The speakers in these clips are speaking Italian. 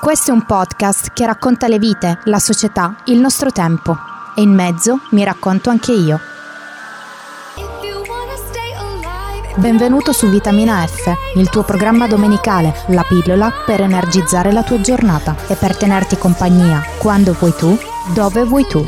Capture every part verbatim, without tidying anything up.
Questo è un podcast che racconta le vite, la società, il nostro tempo. E in mezzo mi racconto anche io. Benvenuto su Vitamina F, il tuo programma domenicale, la pillola per energizzare la tua giornata e per tenerti compagnia quando vuoi tu, dove vuoi tu.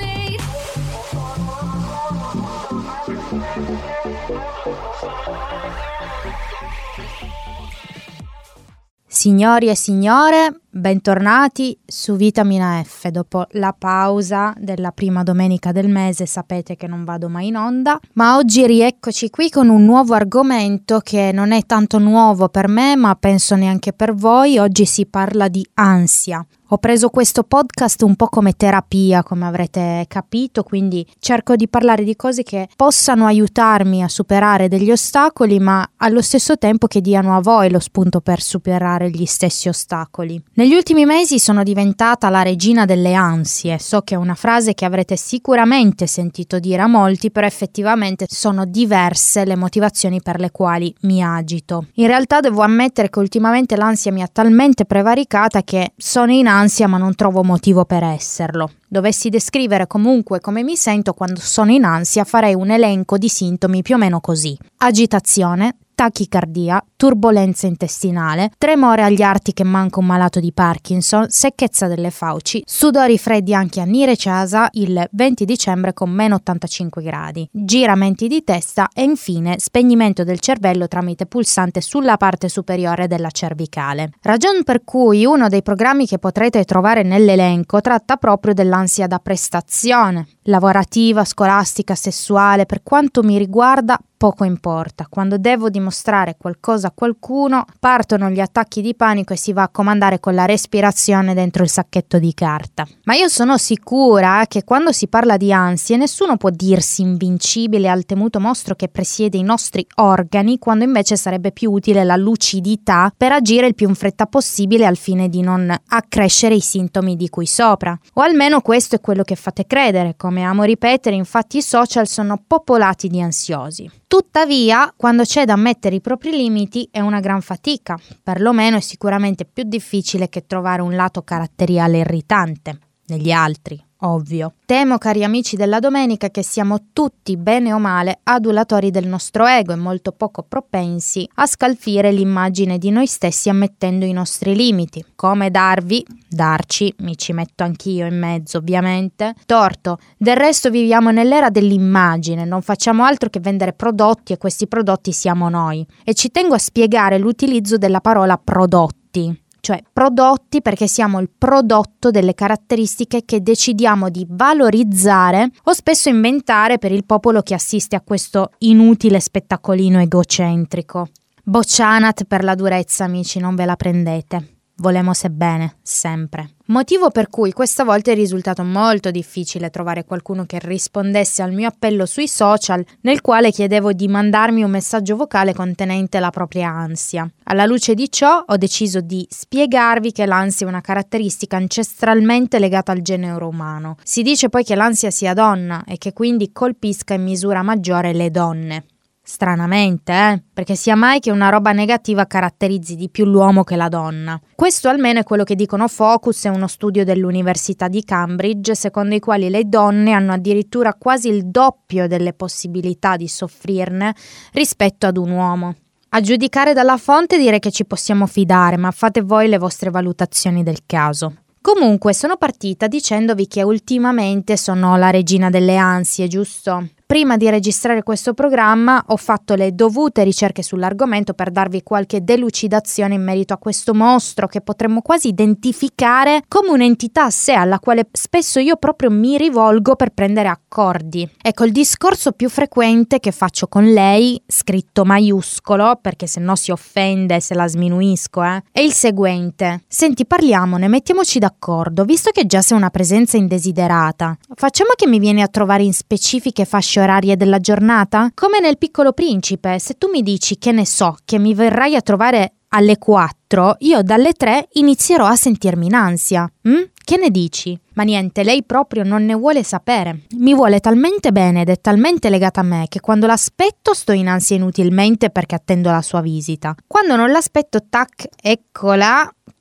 Signori e signore, bentornati su Vitamina F. Dopo la pausa della prima domenica del mese, sapete che non vado mai in onda, ma oggi rieccoci qui con un nuovo argomento che non è tanto nuovo per me, ma penso neanche per voi. Oggi si parla di ansia. Ho preso questo podcast un po' come terapia, come avrete capito, quindi cerco di parlare di cose che possano aiutarmi a superare degli ostacoli, ma allo stesso tempo che diano a voi lo spunto per superare gli stessi ostacoli. Negli ultimi mesi sono diventata la regina delle ansie. So che è una frase che avrete sicuramente sentito dire a molti, però effettivamente sono diverse le motivazioni per le quali mi agito. In realtà devo ammettere che ultimamente l'ansia mi ha talmente prevaricata che sono in ansia ma non trovo motivo per esserlo. Dovessi descrivere comunque come mi sento quando sono in ansia, farei un elenco di sintomi più o meno così: agitazione, tachicardia, turbolenza intestinale, tremore agli arti che manca un malato di Parkinson, secchezza delle fauci, sudori freddi anche a Nire-Chasa il venti dicembre con meno ottantacinque gradi, giramenti di testa e infine spegnimento del cervello tramite pulsante sulla parte superiore della cervicale. Ragion per cui uno dei programmi che potrete trovare nell'elenco tratta proprio dell'ansia da prestazione, lavorativa, scolastica, sessuale. Per quanto mi riguarda poco importa. Quando devo dimostrare qualcosa a qualcuno, partono gli attacchi di panico e si va a comandare con la respirazione dentro il sacchetto di carta. Ma io sono sicura che quando si parla di ansie nessuno può dirsi invincibile al temuto mostro che presiede i nostri organi, quando invece sarebbe più utile la lucidità per agire il più in fretta possibile al fine di non accrescere i sintomi di cui sopra. O almeno questo è quello che fate credere. Come amo ripetere, infatti i social sono popolati di ansiosi. Tuttavia, quando c'è da mettere i propri limiti è una gran fatica, perlomeno è sicuramente più difficile che trovare un lato caratteriale irritante negli altri, ovvio. Temo, cari amici della domenica, che siamo tutti, bene o male, adulatori del nostro ego e molto poco propensi a scalfire l'immagine di noi stessi ammettendo i nostri limiti. Come darvi, darci, mi ci metto anch'io in mezzo ovviamente, torto. Del resto viviamo nell'era dell'immagine, non facciamo altro che vendere prodotti e questi prodotti siamo noi. E ci tengo a spiegare l'utilizzo della parola prodotti. Cioè prodotti perché siamo il prodotto delle caratteristiche che decidiamo di valorizzare o spesso inventare per il popolo che assiste a questo inutile spettacolino egocentrico. Boccianat per la durezza, amici, non ve la prendete. Volemo bene, sempre. Motivo per cui questa volta è risultato molto difficile trovare qualcuno che rispondesse al mio appello sui social, nel quale chiedevo di mandarmi un messaggio vocale contenente la propria ansia. Alla luce di ciò ho deciso di spiegarvi che l'ansia è una caratteristica ancestralmente legata al genere umano. Si dice poi che l'ansia sia donna e che quindi colpisca in misura maggiore le donne. Stranamente, eh? Perché sia mai che una roba negativa caratterizzi di più l'uomo che la donna. Questo almeno è quello che dicono Focus e uno studio dell'Università di Cambridge, secondo i quali le donne hanno addirittura quasi il doppio delle possibilità di soffrirne rispetto ad un uomo. A giudicare dalla fonte direi che ci possiamo fidare, ma fate voi le vostre valutazioni del caso. Comunque sono partita dicendovi che ultimamente sono la regina delle ansie, giusto? Prima di registrare questo programma ho fatto le dovute ricerche sull'argomento per darvi qualche delucidazione in merito a questo mostro che potremmo quasi identificare come un'entità a sé, alla quale spesso io proprio mi rivolgo per prendere accordi. Ecco, il discorso più frequente che faccio con lei, scritto maiuscolo perché se no si offende se la sminuisco, eh, è il seguente: senti, parliamone, mettiamoci d'accordo, visto che già sei una presenza indesiderata, facciamo che mi vieni a trovare in specifiche fasce orarie della giornata? Come nel Piccolo Principe, se tu mi dici, che ne so, che mi verrai a trovare alle quattro, io dalle tre inizierò a sentirmi in ansia. Mm? Che ne dici? Ma niente, lei proprio non ne vuole sapere. Mi vuole talmente bene ed è talmente legata a me che quando l'aspetto sto in ansia inutilmente perché attendo la sua visita. Quando non l'aspetto, tac, eccola,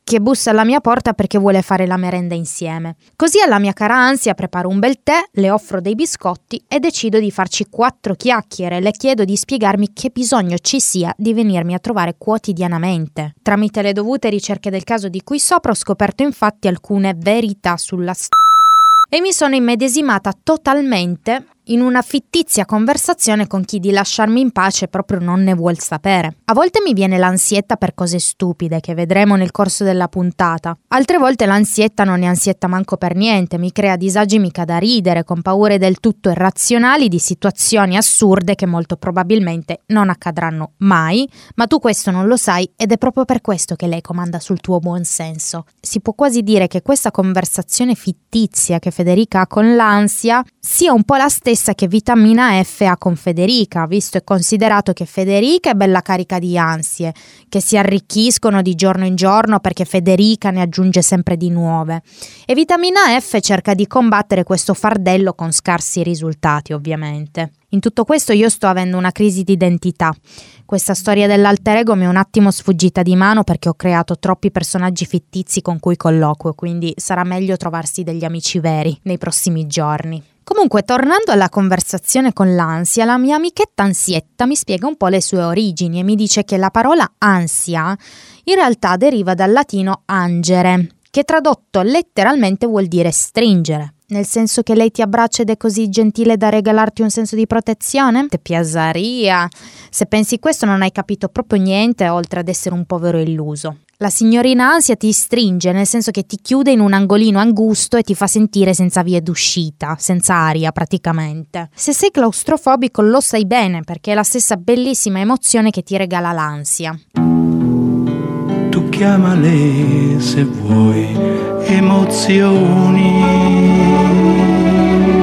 che bussa alla mia porta perché vuole fare la merenda insieme. Così alla mia cara ansia preparo un bel tè, le offro dei biscotti e decido di farci quattro chiacchiere. Le chiedo di spiegarmi che bisogno ci sia di venirmi a trovare quotidianamente. Tramite le dovute ricerche del caso di cui sopra ho scoperto infatti alcune verità sulla st- e mi sono immedesimata totalmente in una fittizia conversazione con chi di lasciarmi in pace proprio non ne vuol sapere. A volte mi viene l'ansietta per cose stupide che vedremo nel corso della puntata. Altre volte l'ansietta non è ansietta manco per niente, mi crea disagi mica da ridere, con paure del tutto irrazionali di situazioni assurde che molto probabilmente non accadranno mai, ma tu questo non lo sai ed è proprio per questo che lei comanda sul tuo buon senso. Si può quasi dire che questa conversazione fittizia che Federica ha con l'ansia sia un po' la stessa che Vitamina F ha con Federica, visto e considerato che Federica è bella carica di ansie, che si arricchiscono di giorno in giorno perché Federica ne aggiunge sempre di nuove. E Vitamina F cerca di combattere questo fardello con scarsi risultati, ovviamente. In tutto questo io sto avendo una crisi di identità. Questa storia dell'alter ego mi è un attimo sfuggita di mano perché ho creato troppi personaggi fittizi con cui colloquio, quindi sarà meglio trovarsi degli amici veri nei prossimi giorni. Comunque, tornando alla conversazione con l'ansia, la mia amichetta Ansietta mi spiega un po' le sue origini e mi dice che la parola ansia in realtà deriva dal latino angere, che tradotto letteralmente vuol dire stringere. Nel senso che lei ti abbraccia ed è così gentile da regalarti un senso di protezione? Te piasaria! Se pensi questo non hai capito proprio niente, oltre ad essere un povero illuso. La signorina ansia ti stringe, nel senso che ti chiude in un angolino angusto e ti fa sentire senza vie d'uscita, senza aria praticamente. Se sei claustrofobico lo sai bene, perché è la stessa bellissima emozione che ti regala l'ansia. Tu chiamale se vuoi emozioni.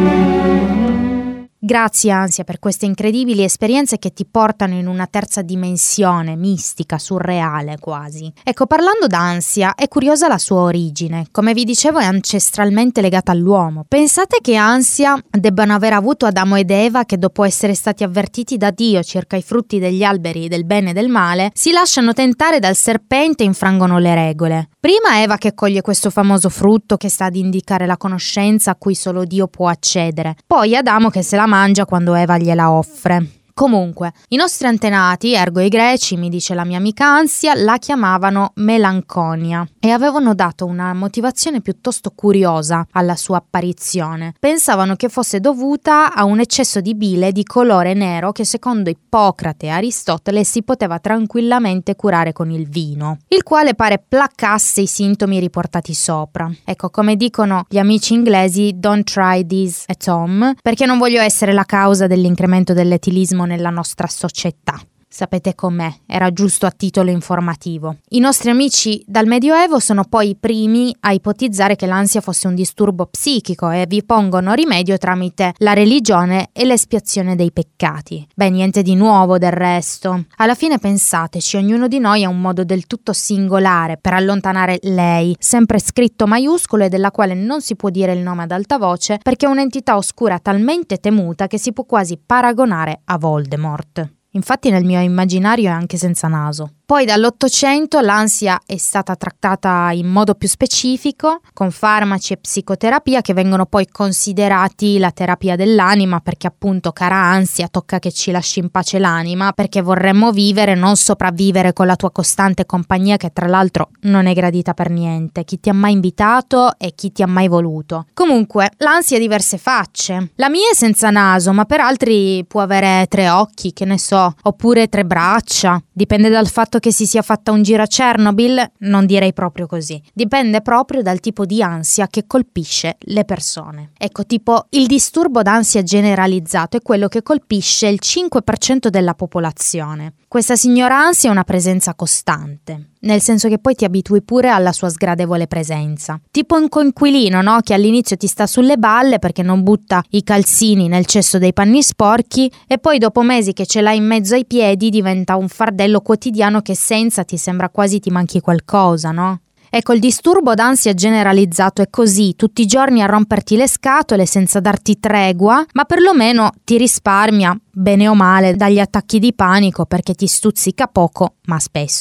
Grazie ansia per queste incredibili esperienze che ti portano in una terza dimensione, mistica, surreale quasi. Ecco, parlando d'ansia, è curiosa la sua origine. Come vi dicevo, è ancestralmente legata all'uomo. Pensate che ansia debbano aver avuto Adamo ed Eva che dopo essere stati avvertiti da Dio circa i frutti degli alberi del bene e del male, si lasciano tentare dal serpente e infrangono le regole. Prima Eva che coglie questo famoso frutto che sta ad indicare la conoscenza a cui solo Dio può accedere. Poi Adamo che se la mangia quando Eva gliela offre. Comunque, i nostri antenati, ergo i greci, mi dice la mia amica ansia, la chiamavano melanconia e avevano dato una motivazione piuttosto curiosa alla sua apparizione. Pensavano che fosse dovuta a un eccesso di bile di colore nero che secondo Ippocrate e Aristotele si poteva tranquillamente curare con il vino, il quale pare placasse i sintomi riportati sopra. Ecco, come dicono gli amici inglesi, don't try this at home, perché non voglio essere la causa dell'incremento dell'etilismo nella nostra società. Sapete com'è, era giusto a titolo informativo. I nostri amici dal Medioevo sono poi i primi a ipotizzare che l'ansia fosse un disturbo psichico e vi pongono rimedio tramite la religione e l'espiazione dei peccati. Beh, niente di nuovo del resto. Alla fine pensateci, ognuno di noi ha un modo del tutto singolare per allontanare lei, sempre scritto maiuscolo e della quale non si può dire il nome ad alta voce perché è un'entità oscura talmente temuta che si può quasi paragonare a Voldemort. Infatti nel mio immaginario è anche senza naso. Poi dall'Ottocento l'ansia è stata trattata in modo più specifico, con farmaci e psicoterapia che vengono poi considerati la terapia dell'anima perché appunto, cara ansia, tocca che ci lasci in pace l'anima perché vorremmo vivere, non sopravvivere con la tua costante compagnia che tra l'altro non è gradita per niente. Chi ti ha mai invitato e chi ti ha mai voluto. Comunque, l'ansia ha diverse facce. La mia è senza naso, ma per altri può avere tre occhi, che ne so, oppure tre braccia. Dipende dal fatto che si sia fatta un giro a Chernobyl, non direi proprio così. Dipende proprio dal tipo di ansia che colpisce le persone. Ecco, tipo il disturbo d'ansia generalizzato è quello che colpisce il cinque per cento della popolazione. Questa signora ansia è una presenza costante, nel senso che poi ti abitui pure alla sua sgradevole presenza. Tipo un coinquilino, no? Che all'inizio ti sta sulle balle perché non butta i calzini nel cesso dei panni sporchi e poi dopo mesi che ce l'hai in mezzo ai piedi diventa un fardello quotidiano che senza ti sembra quasi ti manchi qualcosa, no? Ecco, il disturbo d'ansia generalizzato è così, tutti i giorni a romperti le scatole senza darti tregua, ma perlomeno ti risparmia, bene o male, dagli attacchi di panico perché ti stuzzica poco, ma spesso.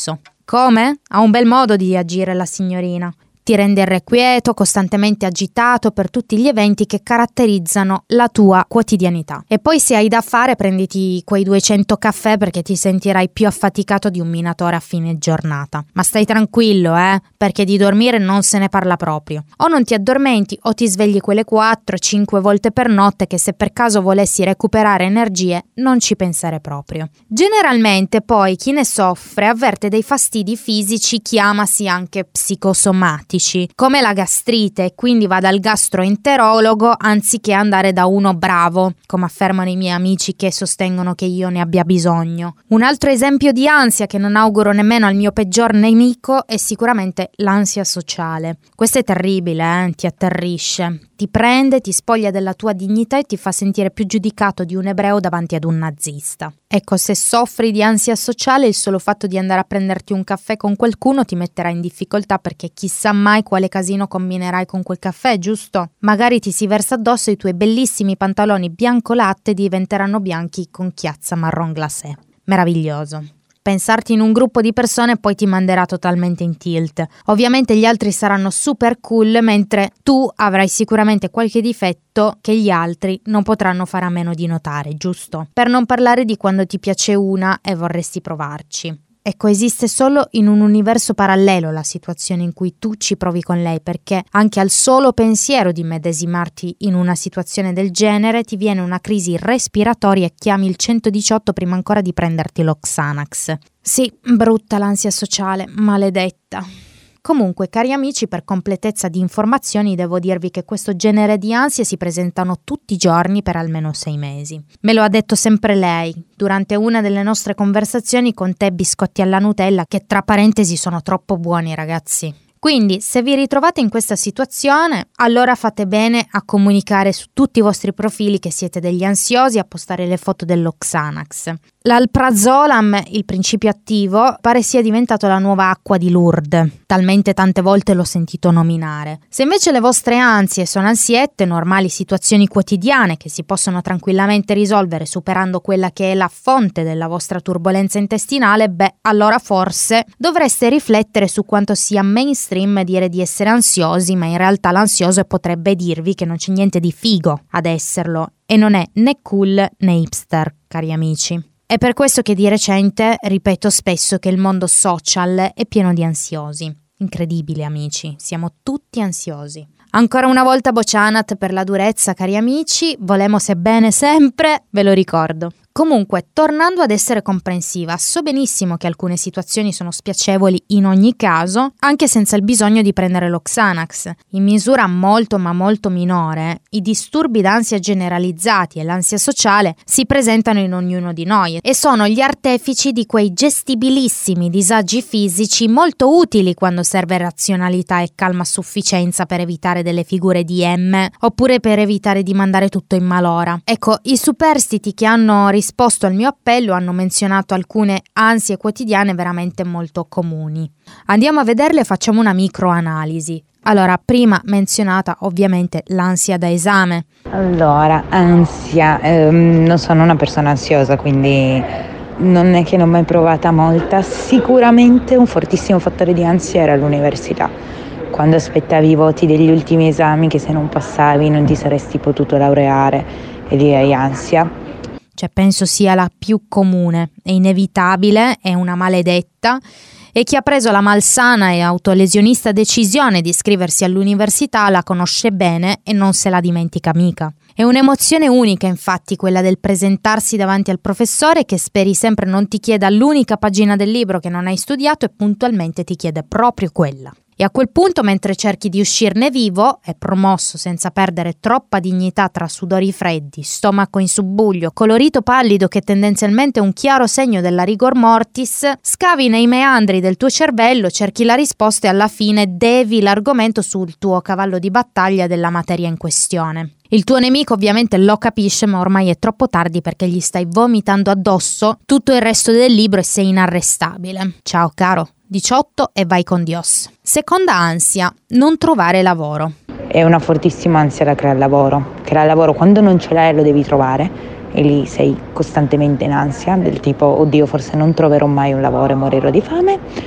Come? Ha un bel modo di agire la signorina. Ti rende irrequieto, costantemente agitato per tutti gli eventi che caratterizzano la tua quotidianità. E poi se hai da fare prenditi quei duecento caffè perché ti sentirai più affaticato di un minatore a fine giornata. Ma stai tranquillo, eh, perché di dormire non se ne parla proprio. O non ti addormenti o ti svegli quelle quattro cinque volte per notte che se per caso volessi recuperare energie non ci pensare proprio. Generalmente poi chi ne soffre avverte dei fastidi fisici, chiamasi anche psicosomatici, come la gastrite, e quindi va dal gastroenterologo anziché andare da uno bravo, come affermano i miei amici che sostengono che io ne abbia bisogno. Un altro esempio di ansia che non auguro nemmeno al mio peggior nemico è sicuramente l'ansia sociale. Questo è terribile, eh? Ti atterrisce, ti prende, ti spoglia della tua dignità e ti fa sentire più giudicato di un ebreo davanti ad un nazista. Ecco, se soffri di ansia sociale, il solo fatto di andare a prenderti un caffè con qualcuno ti metterà in difficoltà, perché chissà mai quale casino combinerai con quel caffè, giusto? Magari ti si versa addosso e i tuoi bellissimi pantaloni bianco latte diventeranno bianchi con chiazza marron glacé. Meraviglioso. Pensarti in un gruppo di persone poi ti manderà totalmente in tilt. Ovviamente gli altri saranno super cool, mentre tu avrai sicuramente qualche difetto che gli altri non potranno fare a meno di notare, giusto? Per non parlare di quando ti piace una e vorresti provarci. Ecco, esiste solo in un universo parallelo la situazione in cui tu ci provi con lei, perché anche al solo pensiero di medesimarti in una situazione del genere ti viene una crisi respiratoria e chiami il centodiciotto prima ancora di prenderti lo Xanax. Sì, brutta l'ansia sociale, maledetta. Comunque, cari amici, per completezza di informazioni devo dirvi che questo genere di ansie si presentano tutti i giorni per almeno sei mesi. Me lo ha detto sempre lei, durante una delle nostre conversazioni con tè e biscotti alla Nutella, che tra parentesi sono troppo buoni, ragazzi. Quindi, se vi ritrovate in questa situazione, allora fate bene a comunicare su tutti i vostri profili che siete degli ansiosi, a postare le foto dello Xanax. L'alprazolam, il principio attivo, pare sia diventato la nuova acqua di Lourdes, talmente tante volte l'ho sentito nominare. Se invece le vostre ansie sono ansiette, normali situazioni quotidiane che si possono tranquillamente risolvere superando quella che è la fonte della vostra turbolenza intestinale, beh, allora forse dovreste riflettere su quanto sia mainstream dire di essere ansiosi, ma in realtà l'ansioso potrebbe dirvi che non c'è niente di figo ad esserlo, e non è né cool né hipster, cari amici. È per questo che di recente ripeto spesso che il mondo social è pieno di ansiosi. Incredibile, amici, siamo tutti ansiosi. Ancora una volta bocianat per la durezza, cari amici, volemo bene sempre, ve lo ricordo. Comunque, tornando ad essere comprensiva, so benissimo che alcune situazioni sono spiacevoli in ogni caso, anche senza il bisogno di prendere lo Xanax. In misura molto ma molto minore, i disturbi d'ansia generalizzati e l'ansia sociale si presentano in ognuno di noi e sono gli artefici di quei gestibilissimi disagi fisici molto utili quando serve razionalità e calma a sufficienza per evitare delle figure di M oppure per evitare di mandare tutto in malora. Ecco, i superstiti che hanno risposto al mio appello hanno menzionato alcune ansie quotidiane veramente molto comuni. Andiamo a vederle e facciamo una microanalisi. Allora, prima menzionata ovviamente l'ansia da esame. Allora, ansia, ehm, non sono una persona ansiosa, quindi non è che ne ho mai provata molta. Sicuramente un fortissimo fattore di ansia era l'università, quando aspettavi i voti degli ultimi esami che se non passavi non ti saresti potuto laureare, e lì hai ansia. Cioè, penso sia la più comune, è inevitabile, è una maledetta, e chi ha preso la malsana e autolesionista decisione di iscriversi all'università la conosce bene e non se la dimentica mica. È un'emozione unica, infatti, quella del presentarsi davanti al professore che speri sempre non ti chieda l'unica pagina del libro che non hai studiato e puntualmente ti chiede proprio quella. E a quel punto, mentre cerchi di uscirne vivo e promosso senza perdere troppa dignità tra sudori freddi, stomaco in subbuglio, colorito pallido che tendenzialmente è un chiaro segno della rigor mortis, scavi nei meandri del tuo cervello, cerchi la risposta e alla fine devi l'argomento sul tuo cavallo di battaglia della materia in questione. Il tuo nemico ovviamente lo capisce, ma ormai è troppo tardi perché gli stai vomitando addosso tutto il resto del libro e sei inarrestabile. Ciao caro, diciotto e vai con Dios. Seconda ansia, non trovare lavoro. È una fortissima ansia da creare lavoro. Creare lavoro quando non ce l'hai lo devi trovare e lì sei costantemente in ansia, del tipo oddio forse non troverò mai un lavoro e morirò di fame.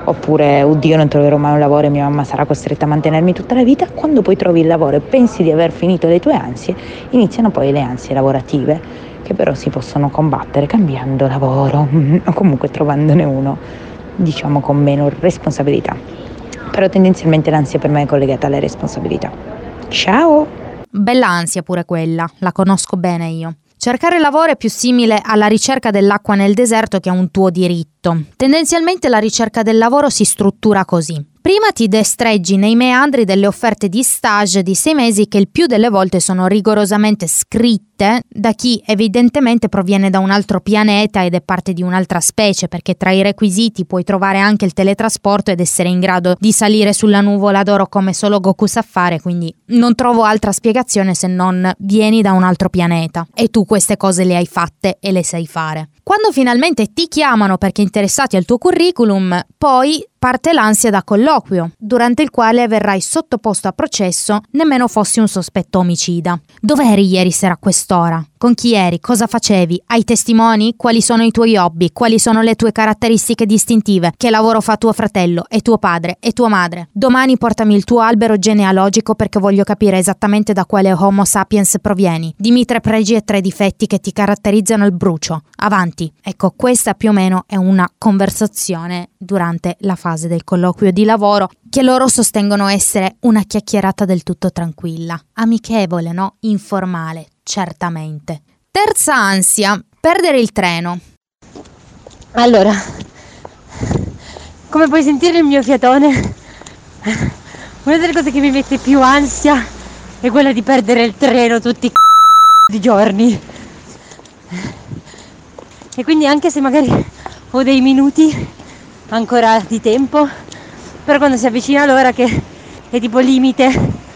oppure oddio non troverò mai un lavoro e mia mamma sarà costretta a mantenermi tutta la vita. Quando poi trovi il lavoro e pensi di aver finito le tue ansie, iniziano poi le ansie lavorative, che però si possono combattere cambiando lavoro o comunque trovandone uno, diciamo, con meno responsabilità. Però tendenzialmente l'ansia per me è collegata alle responsabilità. Ciao! Bella ansia pure quella, la conosco bene io. Cercare lavoro è più simile alla ricerca dell'acqua nel deserto che a un tuo diritto. Tendenzialmente la ricerca del lavoro si struttura così. Prima ti destreggi nei meandri delle offerte di stage di sei mesi che il più delle volte sono rigorosamente scritte da chi evidentemente proviene da un altro pianeta ed è parte di un'altra specie, perché tra i requisiti puoi trovare anche il teletrasporto ed essere in grado di salire sulla nuvola d'oro come solo Goku sa fare, quindi non trovo altra spiegazione se non vieni da un altro pianeta e tu queste cose le hai fatte e le sai fare. Quando finalmente ti chiamano perché interessati al tuo curriculum, poi parte l'ansia da colloquio, durante il quale verrai sottoposto a processo nemmeno fossi un sospetto omicida. Dov'eri ieri sera a quest'ora? Con chi eri? Cosa facevi? Hai testimoni? Quali sono i tuoi hobby? Quali sono le tue caratteristiche distintive? Che lavoro fa tuo fratello e tuo padre e tua madre? Domani portami il tuo albero genealogico perché voglio capire esattamente da quale Homo sapiens provieni. Dimmi tre pregi e tre difetti che ti caratterizzano al brucio. Avanti. Ecco, questa più o meno è una conversazione durante la fase del colloquio di lavoro che loro sostengono essere una chiacchierata del tutto tranquilla, amichevole, no? Informale, certamente. Terza ansia, perdere il treno. Allora, come puoi sentire il mio fiatone, una delle cose che mi mette più ansia è quella di perdere il treno tutti i c***o di giorni. E quindi anche se magari ho dei minuti ancora di tempo, però quando si avvicina l'ora che è tipo limite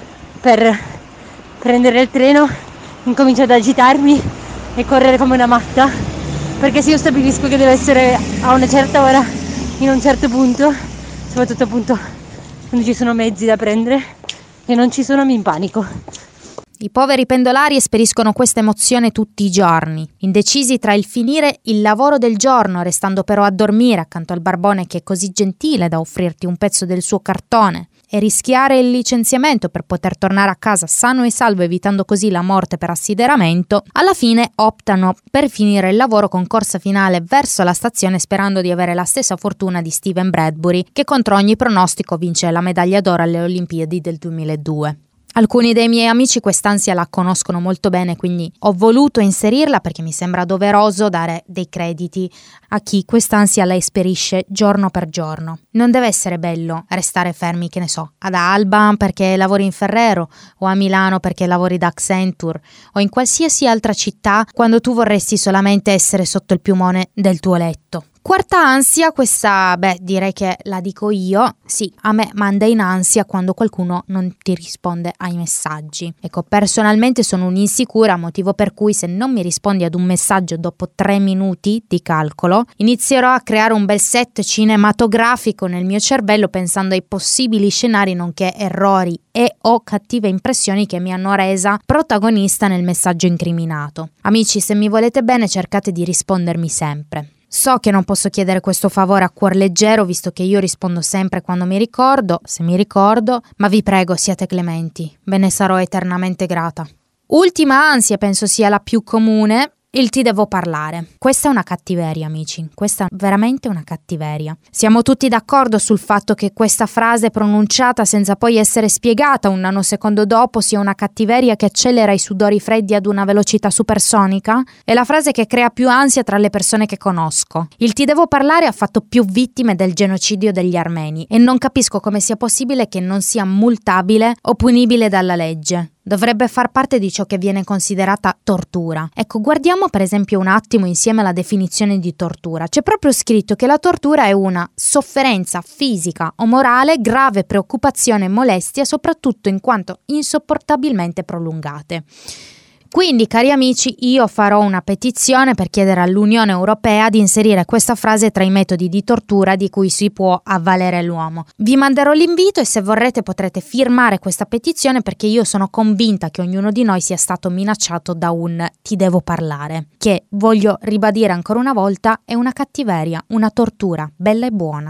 per prendere il treno, incomincio ad agitarmi e correre come una matta, perché se io stabilisco che deve essere a una certa ora in un certo punto, soprattutto appunto quando ci sono mezzi da prendere e non ci sono, mi impanico. I poveri pendolari esperiscono questa emozione tutti i giorni, indecisi tra il finire il lavoro del giorno, restando però a dormire accanto al barbone che è così gentile da offrirti un pezzo del suo cartone, e rischiare il licenziamento per poter tornare a casa sano e salvo, evitando così la morte per assideramento. Alla fine optano per finire il lavoro con corsa finale verso la stazione, sperando di avere la stessa fortuna di Steven Bradbury, che contro ogni pronostico vince la medaglia d'oro alle Olimpiadi del duemiladue. Alcuni dei miei amici quest'ansia la conoscono molto bene, quindi ho voluto inserirla perché mi sembra doveroso dare dei crediti a chi quest'ansia la esperisce giorno per giorno. Non deve essere bello restare fermi, che ne so, ad Alba perché lavori in Ferrero, o a Milano perché lavori da Accenture, o in qualsiasi altra città quando tu vorresti solamente essere sotto il piumone del tuo letto. Quarta ansia, questa, beh, direi che la dico io. Sì, a me manda in ansia quando qualcuno non ti risponde ai messaggi. Ecco, personalmente sono un'insicura, motivo per cui se non mi rispondi ad un messaggio dopo tre minuti di calcolo, inizierò a creare un bel set cinematografico nel mio cervello pensando ai possibili scenari nonché errori e o cattive impressioni che mi hanno resa protagonista nel messaggio incriminato. Amici, se mi volete bene, cercate di rispondermi sempre. So che non posso chiedere questo favore a cuor leggero, visto che io rispondo sempre quando mi ricordo, se mi ricordo, ma vi prego, siate clementi, ve ne sarò eternamente grata. Ultima ansia, penso sia la più comune, il ti devo parlare. Questa è una cattiveria, amici, questa è veramente una cattiveria. Siamo tutti d'accordo sul fatto che questa frase pronunciata senza poi essere spiegata un nanosecondo dopo sia una cattiveria che accelera i sudori freddi ad una velocità supersonica? È la frase che crea più ansia tra le persone che conosco. Il ti devo parlare ha fatto più vittime del genocidio degli armeni e non capisco come sia possibile che non sia multabile o punibile dalla legge. Dovrebbe far parte di ciò che viene considerata tortura. Ecco, guardiamo per esempio un attimo insieme la definizione di tortura. C'è proprio scritto che la tortura è una sofferenza fisica o morale, grave preoccupazione e molestia, soprattutto in quanto insopportabilmente prolungate. Quindi, cari amici, io farò una petizione per chiedere all'Unione Europea di inserire questa frase tra i metodi di tortura di cui si può avvalere l'uomo. Vi manderò l'invito e se vorrete potrete firmare questa petizione, perché io sono convinta che ognuno di noi sia stato minacciato da un ti devo parlare, che, voglio ribadire ancora una volta, è una cattiveria, una tortura, bella e buona.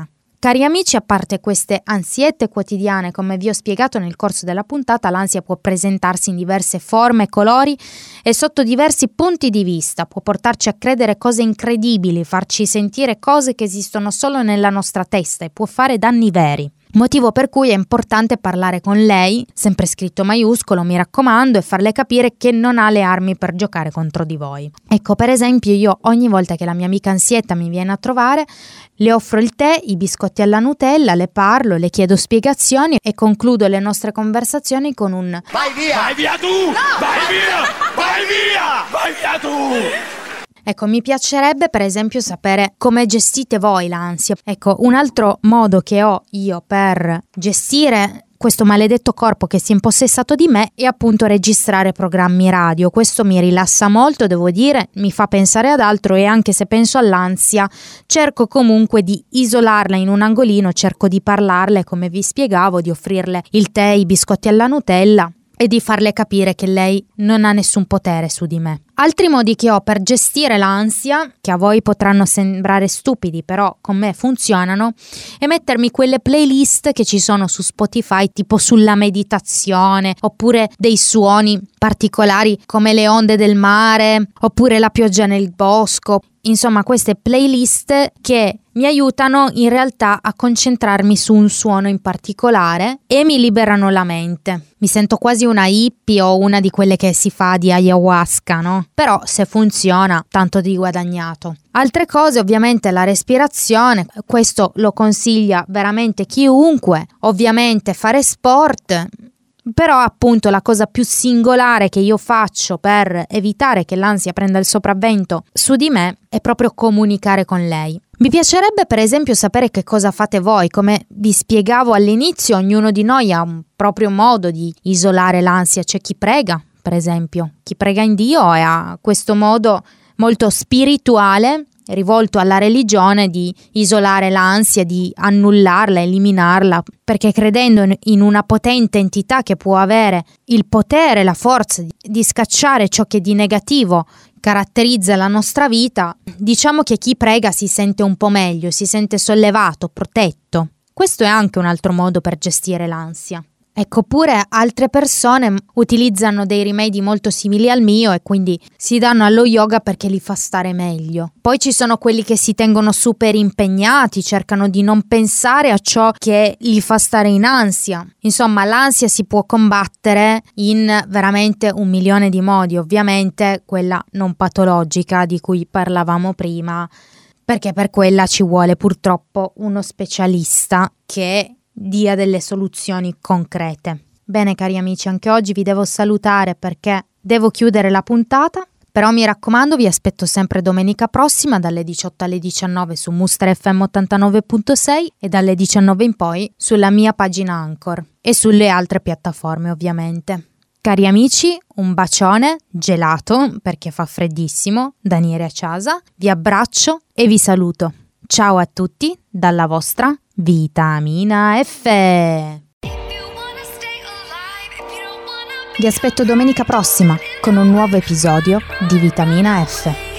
Cari amici, a parte queste ansiette quotidiane, come vi ho spiegato nel corso della puntata, l'ansia può presentarsi in diverse forme, colori e sotto diversi punti di vista. Può portarci a credere cose incredibili, farci sentire cose che esistono solo nella nostra testa e può fare danni veri. Motivo per cui è importante parlare con lei, sempre scritto maiuscolo, mi raccomando, e farle capire che non ha le armi per giocare contro di voi. Ecco, per esempio, io ogni volta che la mia amica ansietta mi viene a trovare, le offro il tè, i biscotti alla Nutella, le parlo, le chiedo spiegazioni e concludo le nostre conversazioni con un vai via! Vai via tu! No! Vai via! Vai via! Vai via tu! Ecco, mi piacerebbe per esempio sapere come gestite voi l'ansia. Ecco, un altro modo che ho io per gestire questo maledetto corpo che si è impossessato di me è appunto registrare programmi radio. Questo mi rilassa molto, devo dire, mi fa pensare ad altro e anche se penso all'ansia cerco comunque di isolarla in un angolino, cerco di parlarle, come vi spiegavo, di offrirle il tè, i biscotti alla Nutella e di farle capire che lei non ha nessun potere su di me. Altri modi che ho per gestire l'ansia, che a voi potranno sembrare stupidi, però con me funzionano, è mettermi quelle playlist che ci sono su Spotify, tipo sulla meditazione, oppure dei suoni particolari come le onde del mare, oppure la pioggia nel bosco. Insomma, queste playlist che mi aiutano in realtà a concentrarmi su un suono in particolare e mi liberano la mente. Mi sento quasi una hippie o una di quelle che si fa di ayahuasca, no? Però se funziona, tanto di guadagnato. Altre cose, ovviamente la respirazione, questo lo consiglia veramente chiunque. Ovviamente fare sport. Però appunto la cosa più singolare che io faccio per evitare che l'ansia prenda il sopravvento su di me è proprio comunicare con lei. Mi piacerebbe per esempio sapere che cosa fate voi. Come vi spiegavo all'inizio, ognuno di noi ha un proprio modo di isolare l'ansia. C'è chi prega, per esempio, chi prega in Dio e ha questo modo molto spirituale rivolto alla religione di isolare l'ansia, di annullarla, eliminarla, perché credendo in una potente entità che può avere il potere, la forza di scacciare ciò che di negativo caratterizza la nostra vita, diciamo che chi prega si sente un po' meglio, si sente sollevato, protetto. Questo è anche un altro modo per gestire l'ansia. Ecco, pure altre persone utilizzano dei rimedi molto simili al mio e quindi si danno allo yoga perché li fa stare meglio. Poi ci sono quelli che si tengono super impegnati, cercano di non pensare a ciò che li fa stare in ansia. Insomma, l'ansia si può combattere in veramente un milione di modi, ovviamente quella non patologica di cui parlavamo prima, perché per quella ci vuole purtroppo uno specialista che dia delle soluzioni concrete. Bene cari amici, anche oggi vi devo salutare perché devo chiudere la puntata, però mi raccomando vi aspetto sempre domenica prossima dalle diciotto alle diciannove su Mustera F M ottantanove virgola sei e dalle diciannove in poi sulla mia pagina Anchor e sulle altre piattaforme ovviamente. Cari amici, un bacione gelato perché fa freddissimo da Neri a Ciasa, vi abbraccio e vi saluto. Ciao a tutti dalla vostra Vitamina F. Vi aspetto domenica prossima con un nuovo episodio di Vitamina F.